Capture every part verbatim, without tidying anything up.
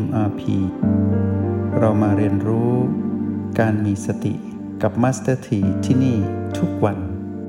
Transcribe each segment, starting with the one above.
เอ็ม อาร์ พี เรามาเรียนรู้การมีสติกับ Master T ที่ที่นี่ทุกวัน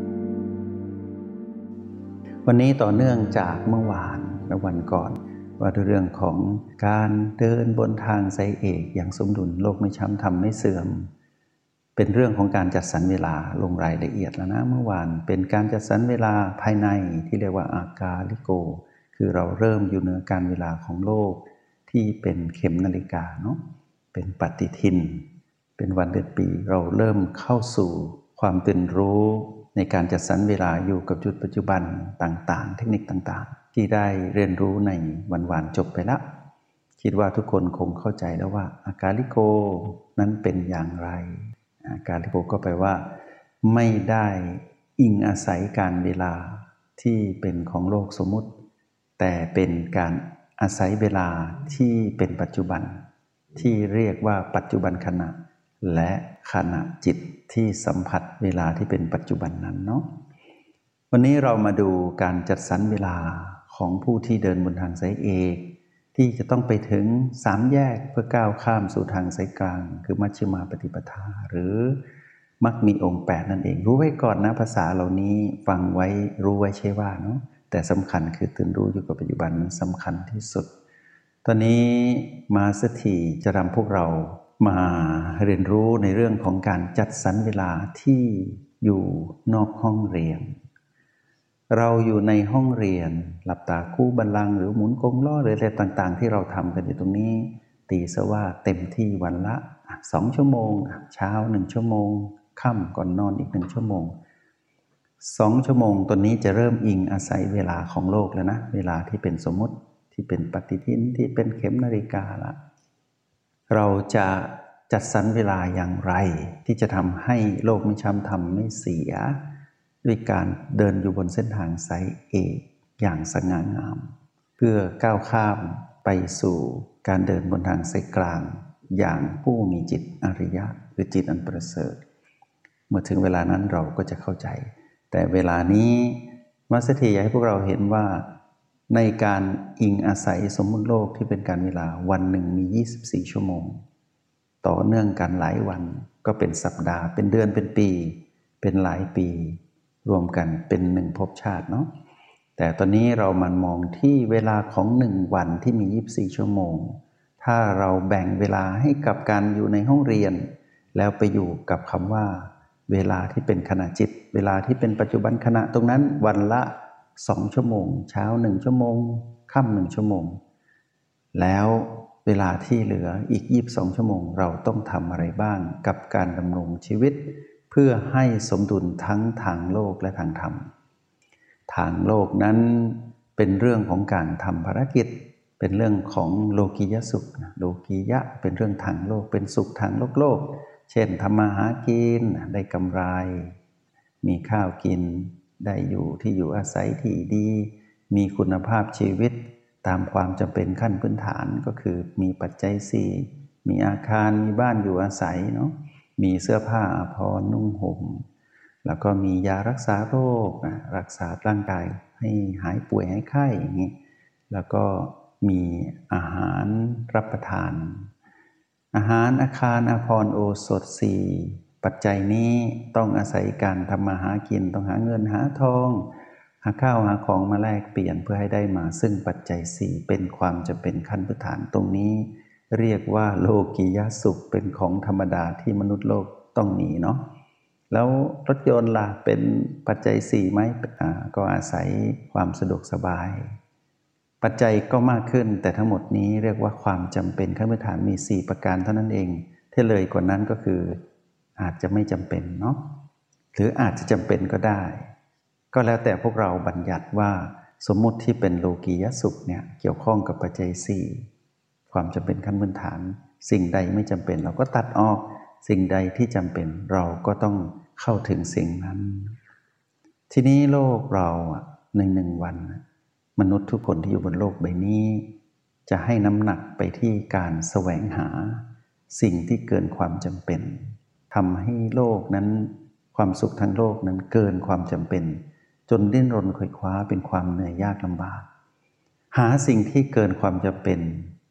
วันนี้ต่อเนื่องจากเมื่อวานและวันก่อนว่าด้วยเรื่องของการเดินบนทางสายเอกอย่างสมดุลโลกไม่ช้ำธรรมไม่เสื่อมเป็นเรื่องของการจัดสรรเวลาลงรายละเอียดแล้วนะเมื่อวานเป็นการจัดสรรเวลาภายในที่เรียกว่าอากาลิโกคือเราเริ่มอยู่เหนือการเวลาของโลกที่เป็นเข็มนาฬิกาเนาะเป็นปฏิทินเป็นวันเดือนปีเราเริ่มเข้าสู่ความตื่นรู้ในการจัดสรรเวลาอยู่กับจุดปัจจุบันต่างๆเทคนิคต่างๆที่ได้เรียนรู้ในวันวานจบไปแล้วคิดว่าทุกคนคงเข้าใจแล้วว่าอากาลิโกนั้นเป็นอย่างไรอากาลิโกก็แปลว่าไม่ได้อิงอาศัยการเวลาที่เป็นของโลกสมมุติแต่เป็นการอาศัยเวลาที่เป็นปัจจุบันที่เรียกว่าปัจจุบันขณะและขณะจิตที่สัมผัสเวลาที่เป็นปัจจุบันนั้นเนาะวันนี้เรามาดูการจัดสรรเวลาของผู้ที่เดินบนทางสายเอกที่จะต้องไปถึงสามแยกเพื่อก้าวข้ามสู่ทางสายกลางคือมัชฌิมาปฏิปทาหรือมรรคมีองค์แปดนั่นเองรู้ไว้ก่อนนะภาษาเหล่านี้ฟังไว้รู้ไว้ใช่ว่าเนาะแต่สำคัญคือตื่นรู้อยู่กับปัจจุบันนั้นสำคัญที่สุดตอนนี้มาสถีจะนำพวกเรามาเรียนรู้ในเรื่องของการจัดสรรเวลาที่อยู่นอกห้องเรียนเราอยู่ในห้องเรียนหลับตาคู่บัลลังก์หรือหมุนกงล้อหรืออะไรต่างๆที่เราทำกันอยู่ตรงนี้ตีซะว่าเต็มที่วันละสองชั่วโมงเช้าหนึ่งชั่วโมงค่ำก่อนนอนอีกหนึ่งชั่วโมงสองชั่วโมงตัวนี้จะเริ่มอิงอาศัยเวลาของโลกแล้วนะเวลาที่เป็นสมมติที่เป็นปฏิทินที่เป็นเข็มนาฬิกาละเราจะจัดสรรเวลาอย่างไรที่จะทำให้โลกไม่ช้ำธรรมไม่เสียด้วยการเดินอยู่บนเส้นทางสายเอกอย่างสง่างามเพื่อก้าวข้ามไปสู่การเดินบนทางสายกลางอย่างผู้มีจิตอริยะหรือจิตอันประเสริฐเมื่อถึงเวลานั้นเราก็จะเข้าใจแต่เวลานี้มัสถีอยากให้พวกเราเห็นว่าในการอิงอาศัยสมมุติโลกที่เป็นการเวลาวันหนึ่งมียี่สิบสี่ชั่วโมงต่อเนื่องกันหลายวันก็เป็นสัปดาห์เป็นเดือนเป็นปีเป็นหลายปีรวมกันเป็นหนึ่งภพชาติเนาะแต่ตอนนี้เรามันมองที่เวลาของหนึ่งวันที่มียี่สิบสี่ชั่วโมงถ้าเราแบ่งเวลาให้กับการอยู่ในห้องเรียนแล้วไปอยู่กับคำว่าเวลาที่เป็นขณะจิตเวลาที่เป็นปัจจุบันขณะตรงนั้นวันละสองชั่วโมงเช้าหนึ่งชั่วโมงค่ำหนึ่งชั่วโมงแล้วเวลาที่เหลืออีกยี่สิบสองชั่วโมงเราต้องทำอะไรบ้างกับการดำรงชีวิตเพื่อให้สมดุลทั้งทางโลกและทางธรรมทางโลกนั้นเป็นเรื่องของการทำภารกิจเป็นเรื่องของโลกียสุขโลกียะเป็นเรื่องทางโลกเป็นสุขทางโลกโลกเช่นทำมาหากินได้กำไรมีข้าวกินได้อยู่ที่อยู่อาศัยที่ดีมีคุณภาพชีวิตตามความจำเป็นขั้นพื้นฐานก็คือมีปัจจัยสี่มีอาคารมีบ้านอยู่อาศัยเนาะมีเสื้อผ้าอาภรณ์นุ่งห่มแล้วก็มียารักษาโรครักษาร่างกายให้หายป่วยหายไข้อย่างนี้แล้วก็มีอาหารรับประทานอาหารอาคารอาภรณ์โอสถสี่ปัจจัยนี้ต้องอาศัยการทำมาหากินต้องหาเงินหาทองหาข้าวหาของมาแลกเปลี่ยนเพื่อให้ได้มาซึ่งปัจจัยสี่เป็นความจำเป็นขั้นพื้นฐานตรงนี้เรียกว่าโลกียสุขเป็นของธรรมดาที่มนุษย์โลกต้องมีเนาะแล้วรถยนต์ล่ะเป็นปัจจัยสี่ไหมอ่าก็อาศัยความสะดวกสบายปัจจัยก็มากขึ้นแต่ทั้งหมดนี้เรียกว่าความจำเป็นขั้นพื้นฐานมีสี่ประการเท่านั้นเองที่เลยกว่านั้นก็คืออาจจะไม่จำเป็นเนาะหรืออาจจะจำเป็นก็ได้ก็แล้วแต่พวกเราบัญญัติว่าสมมุติที่เป็นโลกียสุขเนี่ยเกี่ยวข้องกับปัจจัยสี่ความจำเป็นขั้นพื้นฐานสิ่งใดไม่จำเป็นเราก็ตัดออกสิ่งใดที่จำเป็นเราก็ต้องเข้าถึงสิ่งนั้นทีนี้โลกเราในหนึ่งวันมนุษย์ทุกคนที่อยู่บนโลกใบนี้จะให้น้ำหนักไปที่การแสวงหาสิ่งที่เกินความจำเป็นทำให้โลกนั้นความสุขทางโลกนั้นเกินความจำเป็นจนดิ้นรนไขว่คว้าเป็นความเหนื่อยยากลำบากหาสิ่งที่เกินความจำเป็น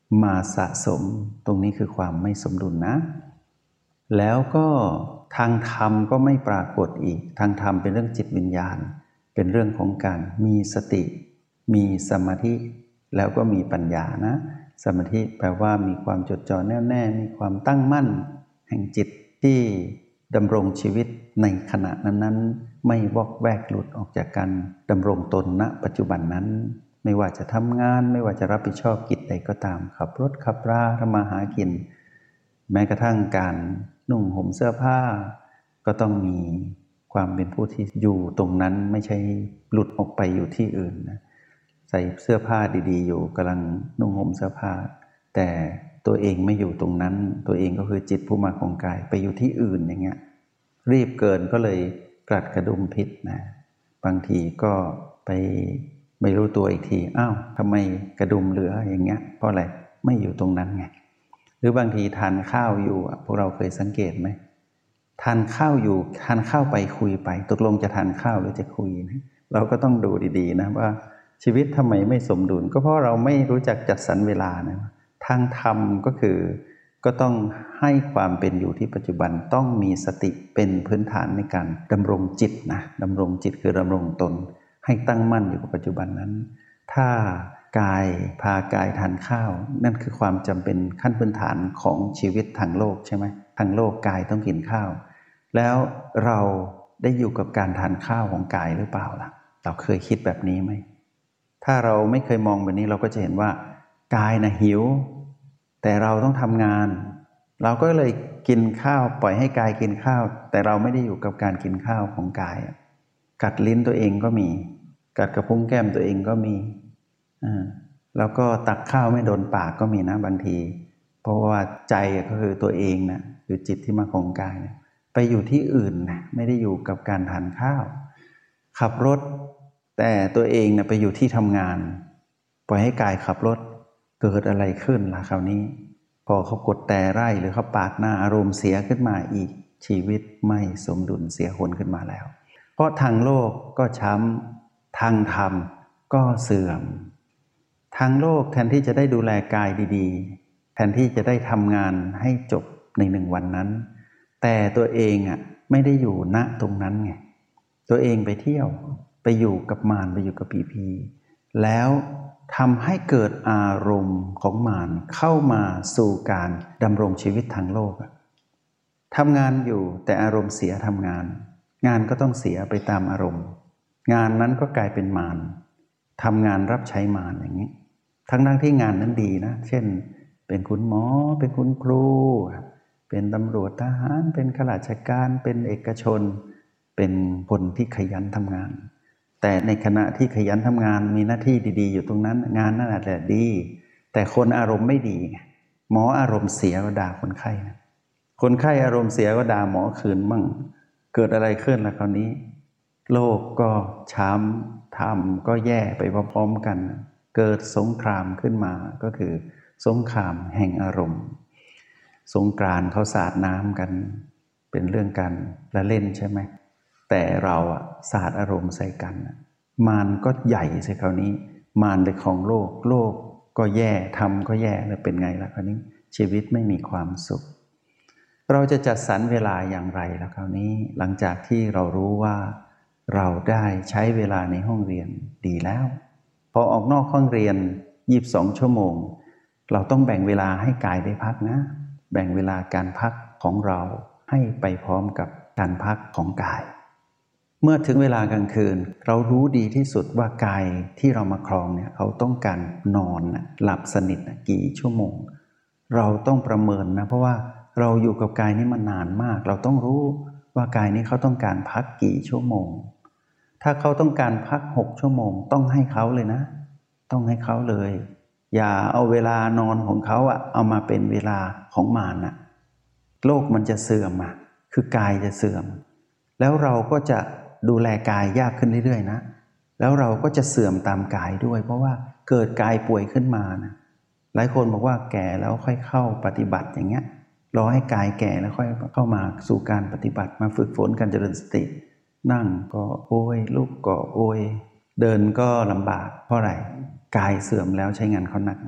มาสะสมตรงนี้คือความไม่สมดุลนะแล้วก็ทางธรรมก็ไม่ปรากฏอีกทางธรรมเป็นเรื่องจิตวิญญาณเป็นเรื่องของการมีสติมีสมาธิแล้วก็มีปัญญานะสมาธิแปลว่ามีความจดจ่อแน่วแน่มีความตั้งมั่นแห่งจิตที่ดำรงชีวิตในขณะนั้นๆไม่วอกแวกหลุดออกจากการดำรงตนณปัจจุบันนั้นไม่ว่าจะทำงานไม่ว่าจะรับผิดชอบกิจใดก็ตามขับรถขับราทำมาหากินแม้กระทั่งการนุ่งห่มเสื้อผ้าก็ต้องมีความเป็นผู้ที่อยู่ตรงนั้นไม่ใช่หลุดออกไปอยู่ที่อื่นนะใส่เสื้อผ้าดีๆอยู่กำลังนุ่งห่มเสื้อผ้าแต่ตัวเองไม่อยู่ตรงนั้นตัวเองก็คือจิตผู้มาของกายไปอยู่ที่อื่นอย่างเงี้ยรีบเกินก็เลยกลัดกระดุมพิษนะบางทีก็ไปไม่รู้ตัวอีกทีอ้าวทำไมกระดุมเหลืออย่างเงี้ยเพราะอะไรไม่อยู่ตรงนั้นไงหรือบางทีทานข้าวอยู่พวกเราเคยสังเกตไหมทานข้าวอยู่ทานข้าวไปคุยไปตกลงจะทานข้าวหรือจะคุยนะเราก็ต้องดูดีๆนะว่าชีวิตทำไมไม่สมดุลก็เพราะเราไม่รู้จักจัดสรรเวลานะทางธรรมก็คือก็ต้องให้ความเป็นอยู่ที่ปัจจุบันต้องมีสติเป็นพื้นฐานในการดำรงจิตนะดำรงจิตคือดำรงตนให้ตั้งมั่นอยู่กับปัจจุบันนั้นถ้ากายพากายทานข้าวนั่นคือความจำเป็นขั้นพื้นฐานของชีวิตทางโลกใช่ไหมทางโลกกายต้องกินข้าวแล้วเราได้อยู่กับการทานข้าวของกายหรือเปล่าล่ะเราเคยคิดแบบนี้ไหมถ้าเราไม่เคยมองแบบนี้เราก็จะเห็นว่ากายนะหิวแต่เราต้องทำงานเราก็เลยกินข้าวปล่อยให้กายกินข้าวแต่เราไม่ได้อยู่กับการกินข้าวของกายกัดลิ้นตัวเองก็มีกัดกระพุ้งแก้มตัวเองก็มีอ่าแล้วก็ตักข้าวไม่โดนปากก็มีนะบางทีเพราะว่าใจก็คือตัวเองนะคือจิตที่มาของกายนะไปอยู่ที่อื่นนะไม่ได้อยู่กับการทานข้าวขับรถแต่ตัวเองนะไปอยู่ที่ทำงานปล่อยให้กายขับรถเกิดอะไรขึ้นล่ะคราวนี้พอเขากดแต่ไร่หรือเขาปาดหน้าอารมณ์เสียขึ้นมาอีกชีวิตไม่สมดุลเสียหนขึ้นมาแล้วเพราะทางโลกก็ช้ำทางธรรมก็เสื่อมทางโลกแทนที่จะได้ดูแลกายดีๆแทนที่จะได้ทำงานให้จบในหนึ่งวันนั้นแต่ตัวเองอ่ะไม่ได้อยู่ณตรงนั้นไงตัวเองไปเที่ยวไปอยู่กับมารไปอยู่กับผีพีแล้วทำให้เกิดอารมณ์ของมารเข้ามาสู่การดำรงชีวิตทางโลกทำงานอยู่แต่อารมณ์เสียทำงานงานก็ต้องเสียไปตามอารมณ์งานนั้นก็กลายเป็นมารทำงานรับใช้มารอย่างนี้ทั้งทั้งที่งานนั้นดีนะเช่นเป็นคุณหมอเป็นคุณครูเป็นตำรวจทหารเป็นข้าราชการเป็นเอกชนเป็นคนที่ขยันทำงานแต่ในขณะที่ขยันทำงานมีหน้าที่ดีๆอยู่ตรงนั้นงานนั่นแหละดีแต่คนอารมณ์ไม่ดีหมออารมณ์เสียก็ด่าคนไข้นะคนไข้อารมณ์เสียก็ด่าหมอคืนมั่งเกิดอะไรขึ้นล่ะคราวนี้โลกก็ช้ำธรรมก็แย่ไปพร้อมๆกันเกิดสงครามขึ้นมาก็คือสงครามแห่งอารมณ์สงกรานต์เขาสาดน้ำกันเป็นเรื่องกันละเล่นใช่ไหมแต่เราอะสาดอารมณ์ใส่กันมารก็ใหญ่สิคราวนี้มารเป็นของโลกโลกก็แย่ธรรมก็แย่แล้วเป็นไงล่ะคราวนี้ชีวิตไม่มีความสุขเราจะจัดสรรเวลาอย่างไรล่ะคราวนี้หลังจากที่เรารู้ว่าเราได้ใช้เวลาในห้องเรียนดีแล้วพอออกนอกห้องเรียนยี่สิบสองชั่วโมงเราต้องแบ่งเวลาให้กายได้พักนะแบ่งเวลาการพักของเราให้ไปพร้อมกับการพักของกายเมื่อถึงเวลากลางคืนเรารู้ดีที่สุดว่ากายที่เรามาครองเนี่ยเขาต้องการนอนหลับสนิทกี่ชั่วโมงเราต้องประเมินนะเพราะว่าเราอยู่กับกายนี้มานานมากเราต้องรู้ว่ากายนี้เขาต้องการพักกี่ชั่วโมงถ้าเขาต้องการพักหกชั่วโมงต้องให้เขาเลยนะต้องให้เขาเลยอย่าเอาเวลานอนของเขาอะเอามาเป็นเวลาของมารน่ะโลกมันจะเสื่อมอ่ะคือกายจะเสื่อมแล้วเราก็จะดูแลกายยากขึ้นเรื่อยๆนะแล้วเราก็จะเสื่อมตามกายด้วยเพราะว่าเกิดกายป่วยขึ้นมานะหลายคนบอกว่าแก่แล้วค่อยเข้าปฏิบัติอย่างเงี้ยรอให้กายแก่แล้วค่อยเข้ามาสู่การปฏิบัติมาฝึกฝนการเจริญสตินั่งก็โอยลุกก็โอยเดินก็ลำบากเพราะอะไรกายเสื่อมแล้วใช้งานเขาหนักไง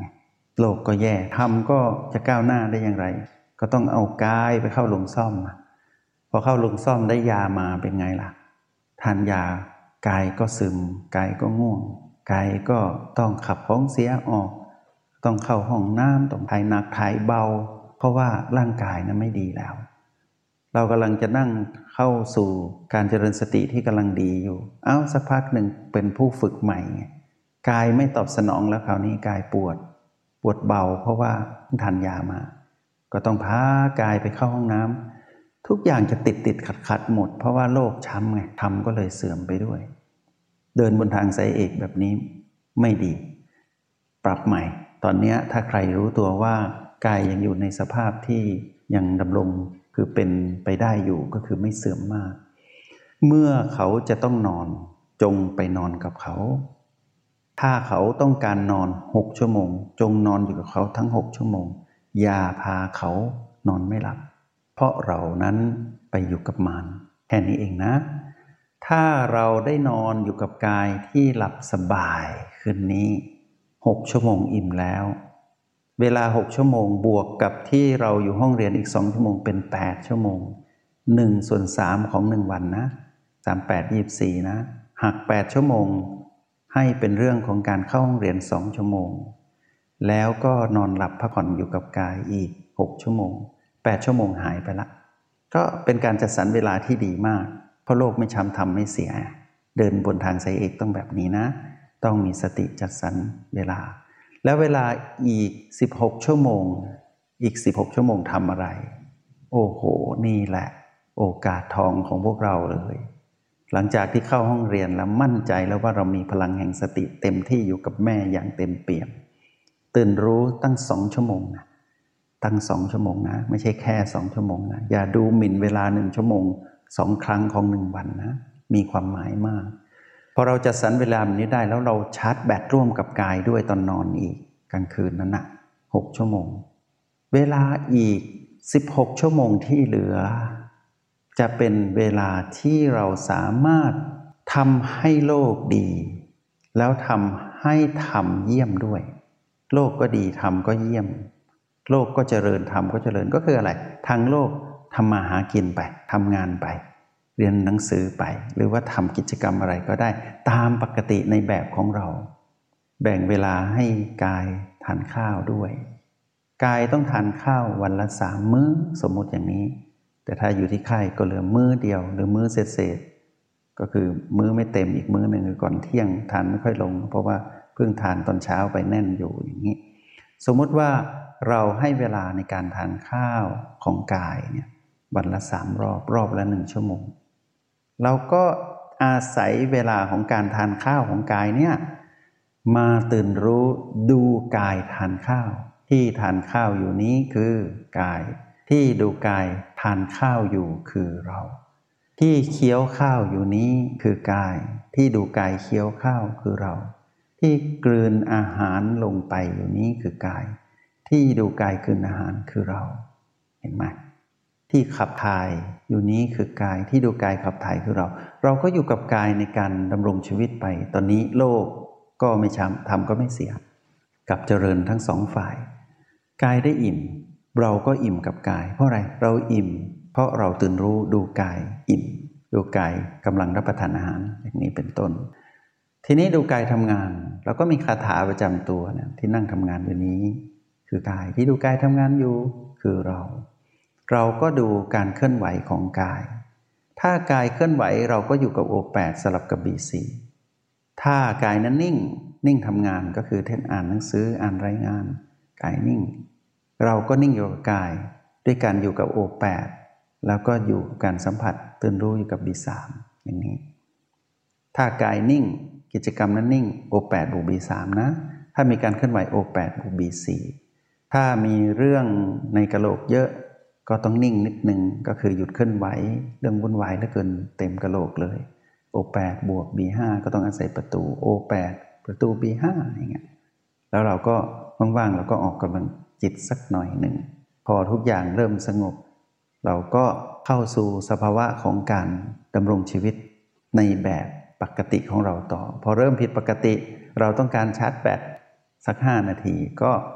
โลกก็แย่ธรรมก็จะก้าวหน้าได้อย่างไรก็ต้องเอากายไปเข้าโรงซ่อมพอเข้าโรงซ่อมได้ยามาเป็นไงล่ะทานยากายก็ซึมกายก็ง่วงกายก็ต้องขับของเสียออกต้องเข้าห้องน้ำต้องถ่ายหนักถ่ายเบาเพราะว่าร่างกายนั้นไม่ดีแล้วเรากำลังจะนั่งเข้าสู่การเจริญสติที่กำลังดีอยู่เอ้าสักพักหนึ่งเป็นผู้ฝึกใหม่กายไม่ตอบสนองแล้วคราวนี้กายปวดปวดเบาเพราะว่าทานยามาก็ต้องพากายไปเข้าห้องน้ำทุกอย่างจะติดติดขัดขัดหมดเพราะว่าโลกช้ำไงธรรมก็เลยเสื่อมไปด้วยเดินบนทางสายเอกแบบนี้ไม่ดีปรับใหม่ตอนนี้ถ้าใครรู้ตัวว่ากายยังอยู่ในสภาพที่ยังดำรงคือเป็นไปได้อยู่ก็คือไม่เสื่อมมากเมื่อเขาจะต้องนอนจงไปนอนกับเขาถ้าเขาต้องการนอนหกชั่วโมงจงนอนอยู่กับเขาทั้งหกชั่วโมงอย่าพาเขานอนไม่หลับเพราะเรานั้นไปอยู่กับมารแค่นี้เองนะถ้าเราได้นอนอยู่กับกายที่หลับสบายคืนนี้หกชั่วโมงอิ่มแล้วเวลาหกชั่วโมงบวกกับที่เราอยู่ห้องเรียนอีกสองชั่วโมงเป็นแปดชั่วโมงหนึ่งส่วนสามของหนึ่งวันนะสาม แปด ยี่สิบสี่นะหักแปดชั่วโมงให้เป็นเรื่องของการเข้าห้องเรียนสองชั่วโมงแล้วก็นอนหลับพักผ่อนอยู่กับกายอีกหกชั่วโมงแปดชั่วโมงหายไปละก็เป็นการจัดสรรเวลาที่ดีมากเพราะโลกไม่ช้ำทำไม่เสียเดินบนทางสายเอกต้องแบบนี้นะต้องมีสติจัดสรรเวลาแล้วเวลาอีกสิบหกชั่วโมงอีกสิบหกชั่วโมงทำอะไรโอ้โหนี่แหละโอกาสทองของพวกเราเลยหลังจากที่เข้าห้องเรียนแล้วมั่นใจแล้วว่าเรามีพลังแห่งสติเต็มที่อยู่กับแม่อย่างเต็มเปี่ยมตื่นรู้ตั้งสองชั่วโมงนะตั้งสองชั่วโมงนะไม่ใช่แค่สองชั่วโมงนะอย่าดูหมิ่นเวลาหนึ่งชั่วโมงสองครั้งของหนึ่งวันนะมีความหมายมากพอเราจัดสรรเวลาแบบนี้ได้แล้วเราชาร์จแบตร่วมกับกายด้วยตอนนอนอีกกลางคืนนั้นนะหกชั่วโมงเวลาอีกสิบหกชั่วโมงที่เหลือจะเป็นเวลาที่เราสามารถทำให้โลกดีแล้วทำให้ธรรมเยี่ยมด้วยโลกก็ดีธรรมก็เยี่ยมโลกก็เจริญธรรมก็เจริญก็คืออะไรทางโลกทำมาหากินไปทำงานไปเรียนหนังสือไปหรือว่าทำกิจกรรมอะไรก็ได้ตามปกติในแบบของเราแบ่งเวลาให้กายทานข้าวด้วยกายต้องทานข้าววันละสามมื้อสมมุติอย่างนี้แต่ถ้าอยู่ที่ค่ายก็เหลือมื้อเดียวหรือมื้อเศษๆก็คือมื้อไม่เต็มอีกมื้อหนึ่งคือก่อนเที่ยงทานไม่ค่อยลงเพราะว่าเพิ่งทานตอนเช้าไปแน่นอยู่อย่างนี้สมมุติว่าเราให้เวลาในการทานข้าวของกายเนี่ยวันละสามรอบรอบละหนึ่งชั่วโมงเราก็อาศัยเวลาของการทานข้าวของกายเนี่ยมาตื่นรู้ดูกายทานข้าวที่ทานข้าวอยู่นี้คือกายที่ดูกายทานข้าวอยู่คือเราที่เคี้ยวข้าวอยู่นี้คือกายที่ดูกายเคี้ยวข้าวคือเราที่กลืนอาหารลงไปอยู่นี้คือกายที่ดูกายกลืนอาหารคือเราเห็นไหมที่ขับถ่ายอยู่นี้คือกายที่ดูกายขับถ่ายคือเราเราก็อยู่กับกายในการดำรงชีวิตไปตอนนี้โลกก็ไม่ช้ำธรรมก็ไม่เสียกับเจริญทั้งสองฝ่ายกายได้อิ่มเราก็อิ่มกับกายเพราะอะไรเราอิ่มเพราะเราตื่นรู้ดูกายอิ่มดูกายกำลังรับประทานอาหารอย่างนี้เป็นต้นทีนี้ดูกายทำงานเราก็มีคาถาประจำตัวนะที่นั่งทำงานอยู่นี้คือกายที่ดูกายทำงานอยู่คือเราเราก็ดูการเคลื่อนไหวของกายถ้ากายเคลื่อนไหวเราก็อยู่กับโอแปดสลับกับบีสี่ถ้ากายนั้นนิ่งนิ่งทำงานก็คือเท่นอ่านหนังสืออ่านรายงานกายนิ่งเราก็นิ่งอยู่กับกายด้วยการอยู่กับโอแปดแล้วก็อยู่กับการสัมผัสตื่นรู้อยู่กับบีสามอย่างนี้ถ้ากายนิ่งกิจกรรมนั้นนิ่งโอแปดบวกบีสามนะถ้ามีการเคลื่อนไหวโอแปดบวกบีสี่ถ้ามีเรื่องในกะโหลกเยอะก็ต้องนิ่งนิดนึงก็คือหยุดเคลื่อนไหวเรื่องวุ่นวายเหลือเกินเต็มกะโหลกเลยโอแปดบวกบีห้าก็ต้องอาศัยประตูโอแปดประตูบีห้าอย่างเงี้ยแล้วเราก็ว่างๆเราก็ออกกำลังจิตสักหน่อยหนึ่งพอทุกอย่างเริ่มสงบเราก็เข้าสู่สภาวะของการดำรงชีวิตในแบบปกติของเราต่อพอเริ่มผิดปกติเราต้องการชาร์จแบตสักห้านาทีก็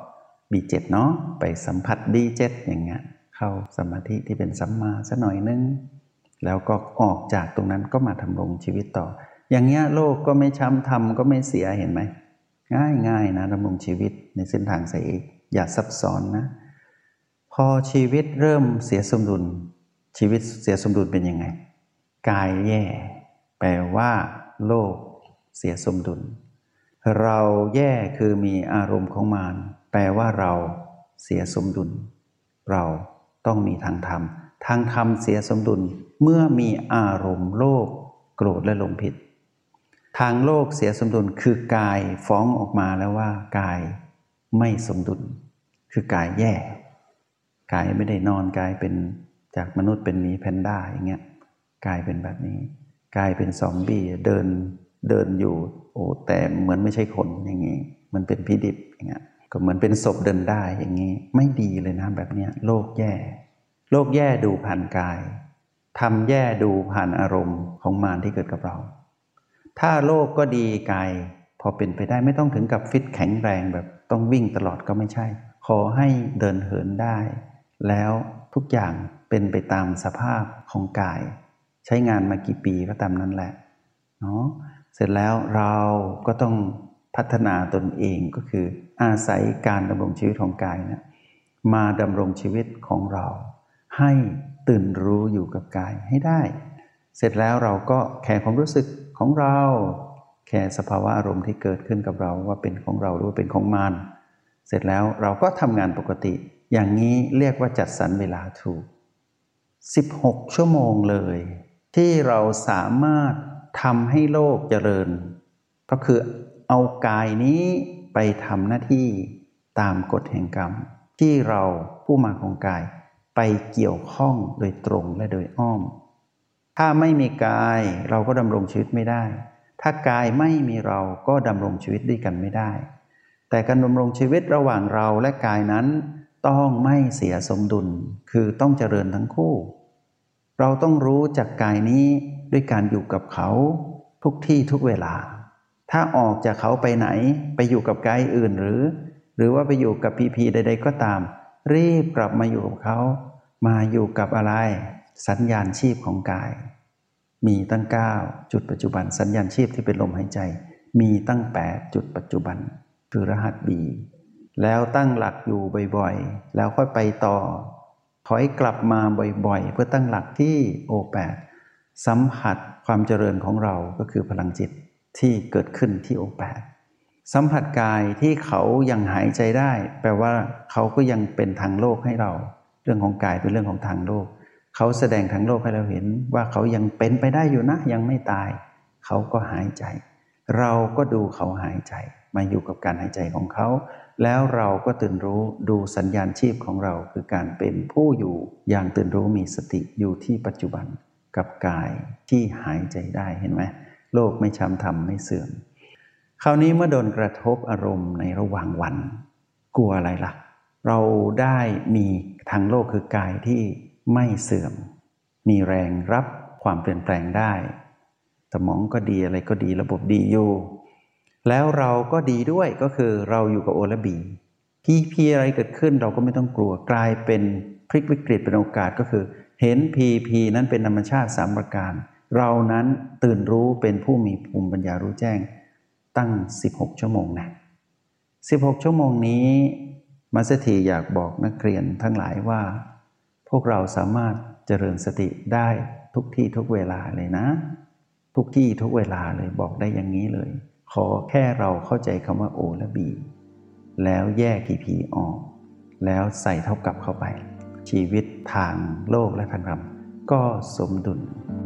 บี เจ็ด เนาะไปสัมผัส ดี เจ็ด อย่างเงี้ยเข้าสมาธิที่เป็นสัมมาสักหน่อยนึงแล้วก็ออกจากตรงนั้นก็มาดำรงชีวิตต่ออย่างเงี้ยโลกก็ไม่ช้ำธรรมก็ไม่เสียเห็นไหมง่ายง่ายนะดำรงชีวิตในเส้นทางสายเอกอย่าซับซ้อนนะพอชีวิตเริ่มเสียสมดุลชีวิตเสียสมดุลเป็นยังไงกายแย่แปลว่าโลกเสียสมดุลเราแย่คือมีอารมณ์ของมารแปลว่าเราเสียสมดุลเราต้องมีทางธรรมทางธรรมเสียสมดุลเมื่อมีอารมณ์โลภโกรธและหลงผิดทางโลกเสียสมดุลคือกายฟ้องออกมาแล้วว่ากายไม่สมดุลคือกายแย่กายไม่ได้นอนกายเป็นจากมนุษย์เป็นหมีแพนด้าอย่างเงี้ยกายเป็นแบบนี้กายเป็นซอมบี้เดินเดินอยู่โอ้แต่เหมือนไม่ใช่คนอย่างงี้มันเป็นผีดิบอย่างเงี้ยก็เหมือนเป็นศพเดินได้อย่างงี้ไม่ดีเลยนะแบบเนี้ยโลกแย่โลกแย่ดูผ่านกายทำแย่ดูผ่านอารมณ์ของมารที่เกิดกับเราถ้าโลกก็ดีกายพอเป็นไปได้ไม่ต้องถึงกับฟิตแข็งแรงแบบต้องวิ่งตลอดก็ไม่ใช่ขอให้เดินเหินได้แล้วทุกอย่างเป็นไปตามสภาพของกายใช้งานมากี่ปีก็ตามนั้นแหละเนาะเสร็จแล้วเราก็ต้องพัฒนาตนเองก็คืออาศัยการดำรงชีวิตของกายนะมาดำรงชีวิตของเราให้ตื่นรู้อยู่กับกายให้ได้เสร็จแล้วเราก็แคร์ความรู้สึกของเราแคร์สภาวะอารมณ์ที่เกิดขึ้นกับเราว่าเป็นของเราหรือว่าเป็นของมารเสร็จแล้วเราก็ทำงานปกติอย่างนี้เรียกว่าจัดสรรเวลาถูกสิบหกชั่วโมงเลยที่เราสามารถทำให้โลกเจริญก็คือเอากายนี้ไปทำหน้าที่ตามกฎแห่งกรรมที่เราผู้มาของกายไปเกี่ยวข้องโดยตรงและโดยอ้อมถ้าไม่มีกายเราก็ดำรงชีวิตไม่ได้ถ้ากายไม่มีเราก็ดำรงชีวิตด้วยกันไม่ได้แต่การดำรงชีวิตระหว่างเราและกายนั้นต้องไม่เสียสมดุลคือต้องเจริญทั้งคู่เราต้องรู้จักกายนี้ด้วยการอยู่กับเขาทุกที่ทุกเวลาถ้าออกจากเขาไปไหนไปอยู่กับกายอื่นหรือหรือว่าไปอยู่กับพีพีใดๆก็ตามรีบกลับมาอยู่กับเขามาอยู่กับอะไรสัญญาณชีพของกายมีตั้งเก้าจุดปัจจุบันสัญญาณชีพที่เป็นลมหายใจมีตั้งแปดจุดปัจจุบันคือรหัส B แล้วตั้งหลักอยู่บ่อยๆแล้วค่อยไปต่อถอยกลับมาบ่อยๆเพื่อตั้งหลักที่ โอ แปด สัมผัสความเจริญของเราก็คือพลังจิตที่เกิดขึ้นที่ โอ แปด สัมผัสกายที่เขายังหายใจได้แปลว่าเขาก็ยังเป็นทางโลกให้เราเรื่องของกายเป็นเรื่องของทางโลกเขาแสดงทางโลกให้เราเห็นว่าเขายังเป็นไปได้อยู่นะยังไม่ตายเขาก็หายใจเราก็ดูเขาหายใจมาอยู่กับการหายใจของเขาแล้วเราก็ตื่นรู้ดูสัญญาณชีพของเราคือการเป็นผู้อยู่อย่างตื่นรู้มีสติอยู่ที่ปัจจุบันกับกายที่หายใจได้เห็นไหมโลกไม่ช้ำธรรมไม่เสื่อมคราวนี้เมื่อโดนกระทบอารมณ์ในระหว่างวันกลัวอะไรล่ะเราได้มีทางโลกคือกายที่ไม่เสื่อมมีแรงรับความเปลี่ยนแปลงได้สมองก็ดีอะไรก็ดีระบบดีอยู่แล้วเราก็ดีด้วยก็คือเราอยู่กับโอและบีพีพีอะไรเกิดขึ้นเราก็ไม่ต้องกลัวกลายเป็นพลิกวิกฤตเป็นโอกาสก็คือเห็นพีพีนั้นเป็นธรรมชาติสามประการเรานั้นตื่นรู้เป็นผู้มีภูมิปัญญารู้แจ้งตั้งสิบหกชั่วโมงนะสิบหกชั่วโมงนี้มัสถีอยากบอกนักเรียนทั้งหลายว่าพวกเราสามารถเจริญสติได้ทุกที่ทุกเวลาเลยนะทุกที่ทุกเวลาเลยบอกได้อย่างนี้เลยขอแค่เราเข้าใจคำว่าโอและบีแล้วแยกพีพีออกแล้วใส่เท่ากับเข้าไปชีวิตทางโลกและทางธรรมก็สมดุล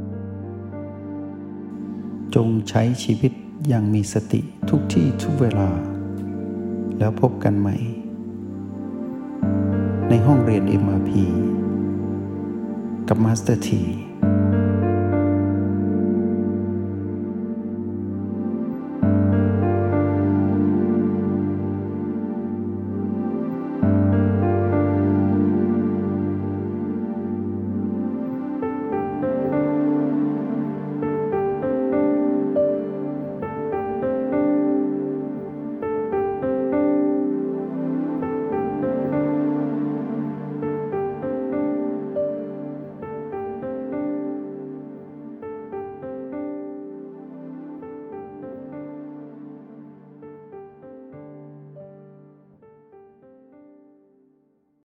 จงใช้ชีวิตอย่างมีสติทุกที่ทุกเวลาแล้วพบกันใหม่ในห้องเรียน เอ็ม อาร์ พี กับมาสเตอร์ที